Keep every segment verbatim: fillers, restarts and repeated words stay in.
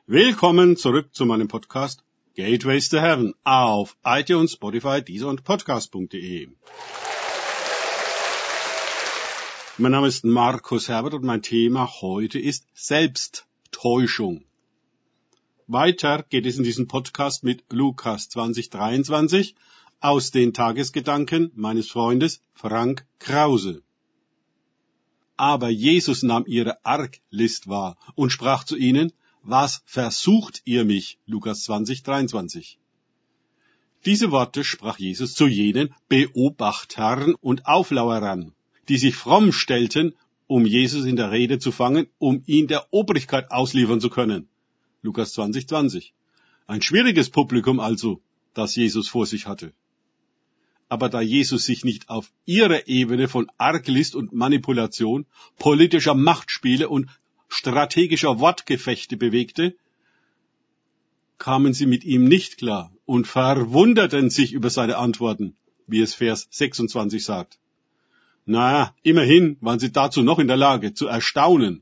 Willkommen zurück zu meinem Podcast Gateways to Heaven auf iTunes, Spotify, Deezer und Podcast punkt de. Mein Name ist Markus Herbert und mein Thema heute ist Selbsttäuschung. Weiter geht es in diesem Podcast mit Lukas zwanzig dreiundzwanzig aus den Tagesgedanken meines Freundes Frank Krause. Aber Jesus nahm ihre Arglist wahr und sprach zu ihnen: Was versucht ihr mich? Lukas zwanzig dreiundzwanzig. Diese Worte sprach Jesus zu jenen Beobachtern und Auflauerern, die sich fromm stellten, um Jesus in der Rede zu fangen, um ihn der Obrigkeit ausliefern zu können. Lukas zwanzig zwanzig. Ein schwieriges Publikum also, das Jesus vor sich hatte. Aber da Jesus sich nicht auf ihrer Ebene von Arglist und Manipulation, politischer Machtspiele und strategischer Wortgefechte bewegte, kamen sie mit ihm nicht klar und verwunderten sich über seine Antworten, wie es Vers sechsundzwanzig sagt. Na, immerhin waren sie dazu noch in der Lage, zu erstaunen.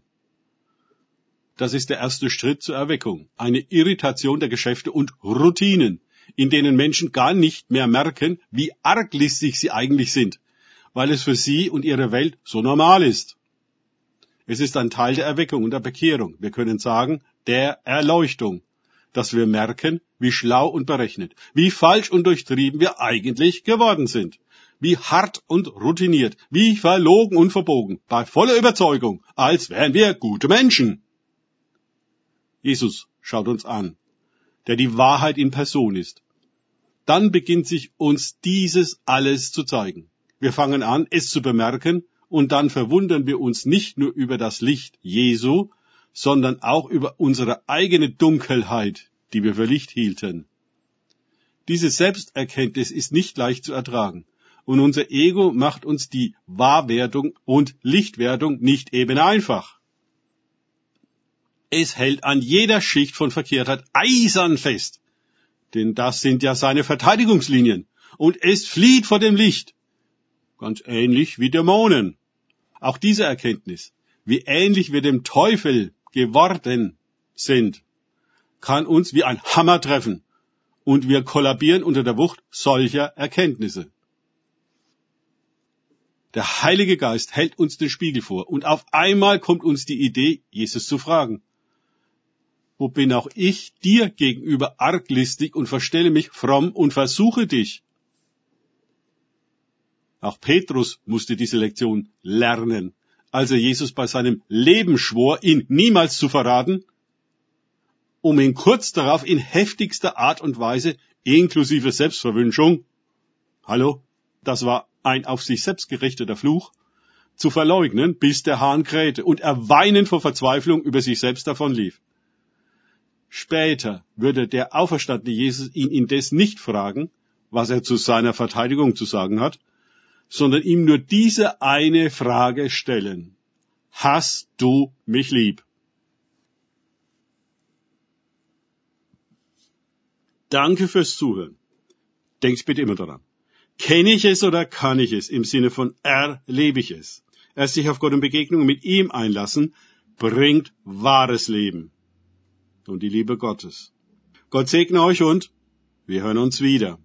Das ist der erste Schritt zur Erweckung, eine Irritation der Geschäfte und Routinen, in denen Menschen gar nicht mehr merken, wie arglistig sie eigentlich sind, weil es für sie und ihre Welt so normal ist. Es ist ein Teil der Erweckung und der Bekehrung. Wir können sagen, der Erleuchtung, dass wir merken, wie schlau und berechnet, wie falsch und durchtrieben wir eigentlich geworden sind, wie hart und routiniert, wie verlogen und verbogen, bei voller Überzeugung, als wären wir gute Menschen. Jesus schaut uns an, der die Wahrheit in Person ist. Dann beginnt sich uns dieses alles zu zeigen. Wir fangen an, es zu bemerken, und dann verwundern wir uns nicht nur über das Licht Jesu, sondern auch über unsere eigene Dunkelheit, die wir für Licht hielten. Diese Selbsterkenntnis ist nicht leicht zu ertragen, und unser Ego macht uns die Wahrwerdung und Lichtwerdung nicht eben einfach. Es hält an jeder Schicht von Verkehrtheit eisern fest, denn das sind ja seine Verteidigungslinien, und es flieht vor dem Licht, ganz ähnlich wie Dämonen. Auch diese Erkenntnis, wie ähnlich wir dem Teufel geworden sind, kann uns wie ein Hammer treffen, und wir kollabieren unter der Wucht solcher Erkenntnisse. Der Heilige Geist hält uns den Spiegel vor, und auf einmal kommt uns die Idee, Jesus zu fragen: Wo bin auch ich dir gegenüber arglistig und verstelle mich fromm und versuche dich? Auch Petrus musste diese Lektion lernen, als er Jesus bei seinem Leben schwor, ihn niemals zu verraten, um ihn kurz darauf in heftigster Art und Weise, inklusive Selbstverwünschung, hallo, das war ein auf sich selbst gerichteter Fluch, zu verleugnen, bis der Hahn krähte und er weinend vor Verzweiflung über sich selbst davonlief. Später würde der auferstandene Jesus ihn indes nicht fragen, was er zu seiner Verteidigung zu sagen hat, sondern ihm nur diese eine Frage stellen: Hast du mich lieb? Danke fürs Zuhören. Denkt bitte immer daran. Kenne ich es oder kann ich es? Im Sinne von erlebe ich es. Erst sich auf Gott und Begegnungen mit ihm einlassen, bringt wahres Leben und die Liebe Gottes. Gott segne euch und wir hören uns wieder.